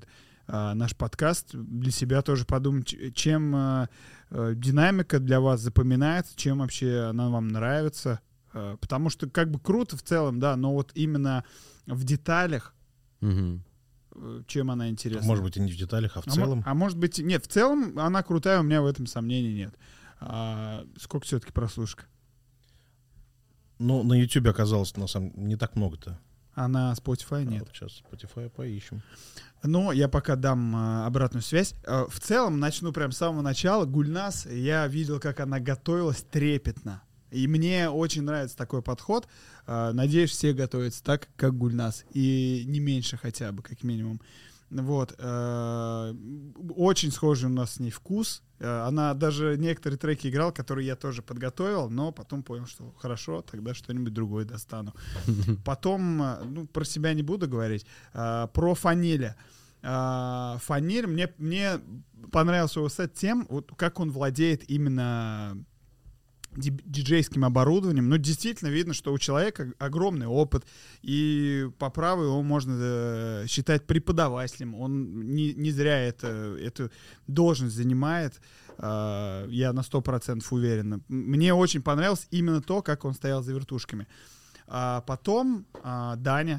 наш подкаст, для себя тоже подумать, чем динамика для вас запоминается, чем вообще она вам нравится. Потому что как бы круто в целом, да, но вот именно в деталях, чем она интересна. Может быть, и не в деталях, а в целом. Может быть, нет, в целом она крутая, у меня в этом сомнений нет. Сколько все-таки прослушек? Ну, на YouTube оказалось, на самом деле, не так много-то. А на Spotify нет. Вот сейчас Spotify поищем. Но я пока дам обратную связь. В целом, начну прям с самого начала. Гульназ, я видел, как она готовилась трепетно. И мне очень нравится такой подход. Надеюсь, все готовятся так, как Гульназ. И не меньше хотя бы, как минимум. Вот. Очень схожий у нас с ней вкус. Она даже некоторые треки играла, которые я тоже подготовил, но потом понял, что хорошо, тогда что-нибудь другое достану. Потом, ну, про себя не буду говорить, про Фаниля. Фаниль, мне понравился его сет тем, вот как он владеет именно диджейским оборудованием. Ну, действительно видно, что у человека огромный опыт, и по праву его можно считать преподавателем. Он не зря эту должность занимает. Я на 100% уверен. Мне очень понравилось именно то, как он стоял за вертушками. Потом Даня.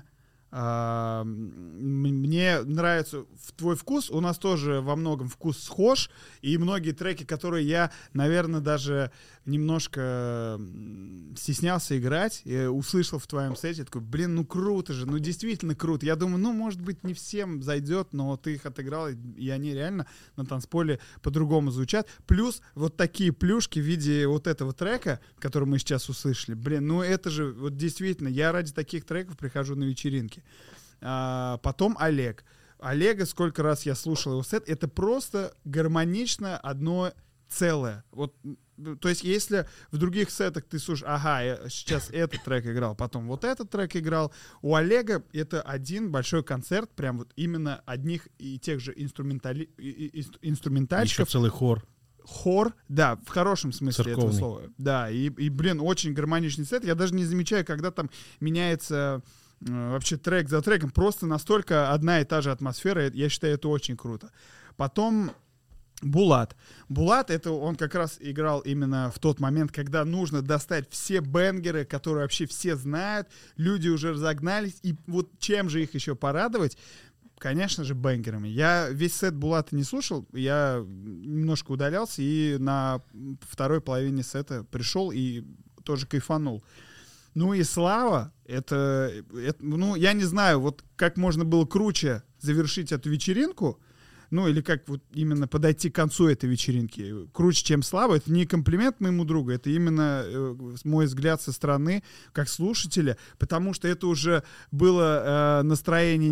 Мне нравится твой вкус. У нас тоже во многом вкус схож. И многие треки, которые я, наверное, даже немножко стеснялся играть, услышал в твоем сете, такой, блин, ну круто же, ну действительно круто. Я думаю, ну, может быть, не всем зайдет, но ты их отыграл, и они реально на танцполе по-другому звучат. Плюс вот такие плюшки в виде вот этого трека, который мы сейчас услышали. Блин, ну это же, вот действительно, я ради таких треков прихожу на вечеринки. Потом Олег. Олега, сколько раз я слушал его сет, это просто гармонично одно целое. Вот, то есть, если в других сетах ты слушаешь, ага, я сейчас этот трек играл, потом вот этот трек играл, у Олега это один большой концерт, прям вот именно одних и тех же инструментальщиков. Еще целый хор. Хор, да, в хорошем смысле церковный. этого слова. Да, и, блин, очень гармоничный сет. Я даже не замечаю, когда там меняется вообще трек за треком. Просто настолько одна и та же атмосфера. Я считаю, это очень круто. Потом Булат. Булат, это он как раз играл именно в тот момент, когда нужно достать все бенгеры, которые вообще все знают, люди уже разогнались, и вот чем же их еще порадовать? Конечно же, бенгерами. Я весь сет Булата не слушал, я немножко удалялся, и на второй половине сета пришел и тоже кайфанул. Ну и Слава, это, ну, я не знаю, вот как можно было круче завершить эту вечеринку, ну, или как вот именно подойти к концу этой вечеринки. Круче, чем Слава. Это не комплимент моему другу, это именно мой взгляд со стороны, как слушателя, потому что это уже было настроение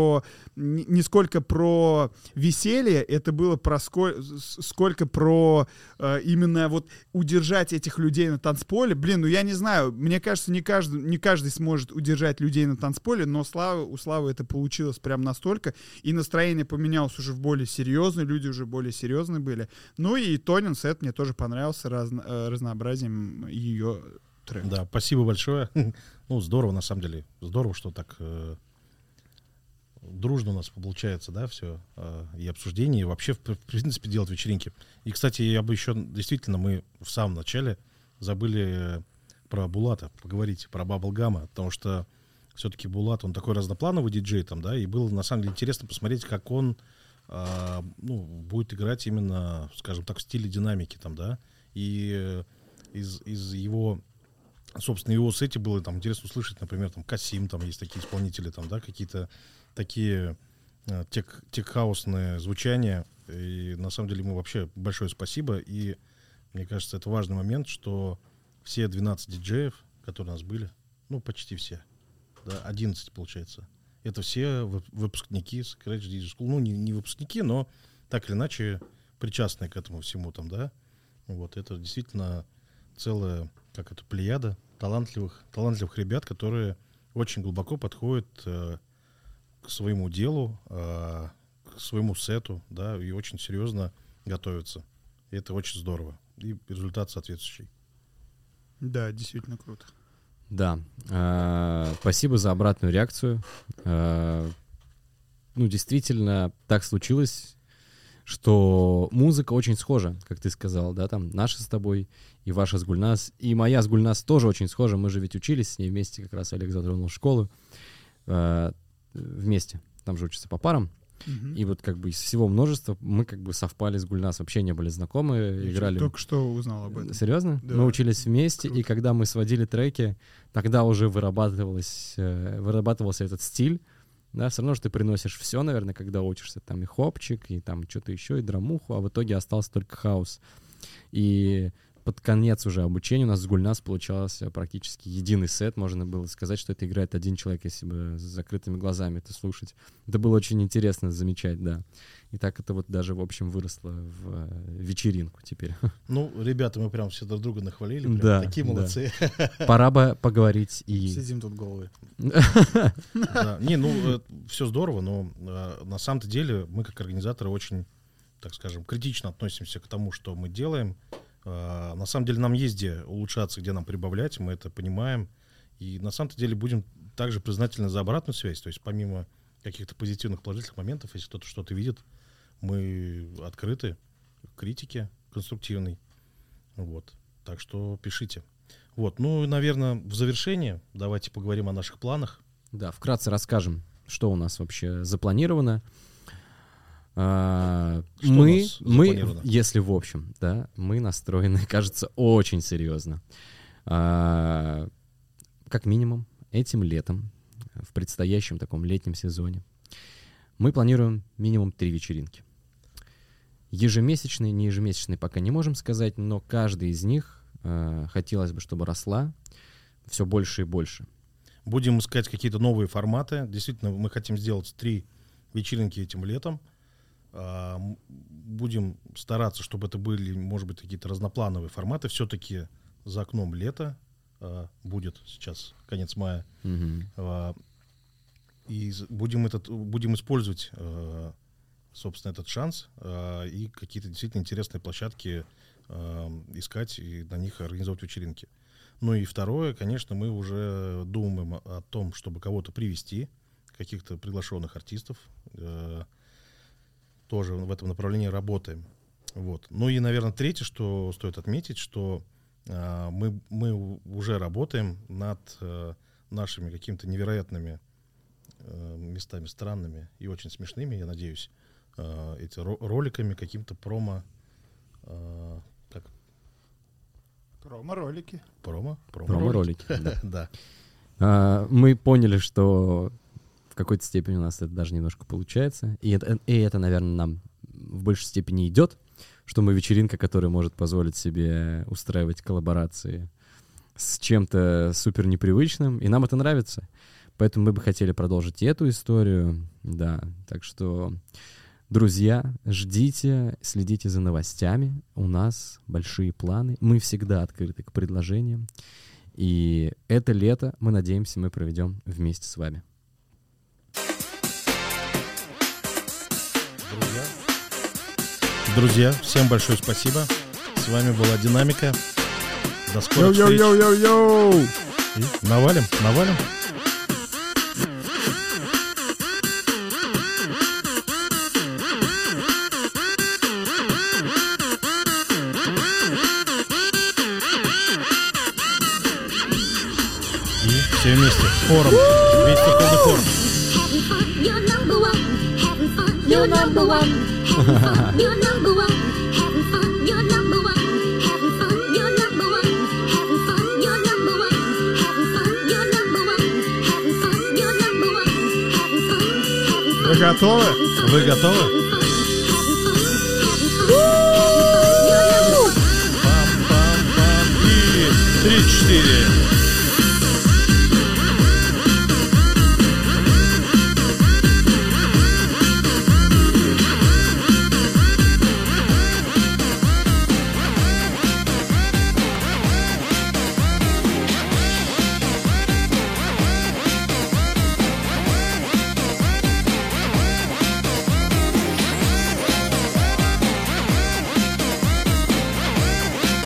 не сколько про веселье, это было про сколько про именно вот удержать этих людей на танцполе. Блин, ну я не знаю, мне кажется, не каждый сможет удержать людей на танцполе, но у Славы это получилось прям настолько, и настроение поменялось уже в более серьезные, люди уже более серьезные были. Ну и Тонин сет мне тоже понравился разнообразием ее треков. Да, спасибо большое. Ну, здорово, на самом деле. Здорово, что так дружно у нас получается, да, все. И обсуждение, и вообще, в принципе, делать вечеринки. И, кстати, я бы еще, действительно, мы в самом начале забыли про Булата поговорить, про Баблгама, потому что все-таки Булат, он такой разноплановый диджей там, да, и было, на самом деле, интересно посмотреть, как он будет играть именно, скажем так, в стиле динамики там, да, и из его, собственно, его сети было там интересно услышать, например, там Касим, там есть такие исполнители, там, да, какие-то такие тех-хаусные звучания, и на самом деле ему вообще большое спасибо, и мне кажется, это важный момент, что все 12 диджеев, которые у нас были, ну, почти все, да, 11, получается, это все выпускники Scratch DJ School. Ну, не выпускники, но так или иначе причастные к этому всему там, да. Вот, это действительно целая, как это, плеяда талантливых ребят, которые очень глубоко подходят к своему делу, к своему сету, да, и очень серьезно готовятся. И это очень здорово. И результат соответствующий. Да, действительно круто. Да, спасибо за обратную реакцию. действительно так случилось, что музыка очень схожа, как ты сказал, да, там наша с тобой и ваша с Гульнас, и моя с Гульнас тоже очень схожа. Мы же ведь учились с ней вместе, как раз Олег затронул школу вместе, там же учатся по парам. И вот как бы из всего множества мы как бы совпали с Гульнас, вообще не были знакомы, Я играли... только что узнал об этом. Серьезно? Да. Мы учились вместе, Круто. и когда мы сводили треки, тогда уже вырабатывался этот стиль. Да, все равно же ты приносишь все, наверное, когда учишься. Там и хопчик, и там что-то еще, и драмуху, а в итоге остался только хаус. И под конец уже обучения у нас с Гульнас получался практически единый сет. Можно было сказать, что это играет один человек, если бы с закрытыми глазами это слушать. Это было очень интересно замечать, да. И так это вот даже, в общем, выросло в вечеринку теперь. Ну, ребята, мы прям все друг друга нахвалили. Прям Да, такие да. молодцы. Пора бы поговорить и... Сидим тут головы. Да. Не, ну, все здорово, но на самом-то деле мы, как организаторы, очень, так скажем, критично относимся к тому, что мы делаем. На самом деле нам есть где улучшаться, где нам прибавлять, мы это понимаем. И на самом-то деле будем также признательны за обратную связь. То есть помимо каких-то позитивных, положительных моментов, если кто-то что-то видит, мы открыты к критике конструктивной. Вот. Так что пишите. Вот. Ну, наверное, в завершение давайте поговорим о наших планах. Да, вкратце расскажем, что у нас вообще запланировано. Мы, запланировано? если в общем, да, мы настроены, кажется, очень серьезно. Как минимум, этим летом, в предстоящем таком летнем сезоне, мы планируем минимум 3 вечеринки. Ежемесячные, не ежемесячные пока не можем сказать, но каждый из них хотелось бы, чтобы росла все больше и больше. Будем искать какие-то новые форматы. Действительно, мы хотим сделать 3 вечеринки этим летом. Будем стараться, чтобы это были, может быть, какие-то разноплановые форматы. Все-таки за окном лето будет сейчас, конец мая. И будем использовать, собственно, этот шанс и какие-то действительно интересные площадки искать и на них организовать вечеринки. Ну и второе, конечно, мы уже думаем о том, чтобы кого-то привести, каких-то приглашенных артистов. Тоже в этом направлении работаем. Вот. Ну и, наверное, третье, что стоит отметить, что мы уже работаем над нашими какими-то невероятными местами, странными и очень смешными, я надеюсь, эти роликами, каким-то промо... Промо-ролики. Промо-ролики, Да. Мы поняли, что в какой-то степени у нас это даже немножко получается. И это, наверное, нам в большей степени идет, что мы вечеринка, которая может позволить себе устраивать коллаборации с чем-то супер непривычным, и нам это нравится. Поэтому мы бы хотели продолжить и эту историю. Да, так что, друзья, ждите, следите за новостями. У нас большие планы. Мы всегда открыты к предложениям. И это лето, мы надеемся, мы проведем вместе с вами. Друзья, всем большое спасибо. С вами была Динамика. До скорых встреч. Йоу-йоу-йоу-йоу! И навалим. И все вместе. Хором. Весь церковный хор. You're number one. Having fun, you're number one. Having fun, you're number one. Having fun, you're number one. Having fun, you're number one. Having fun, you're number one. Having fun, you're number one. Having fun, having fun. Вы готовы? Вы готовы?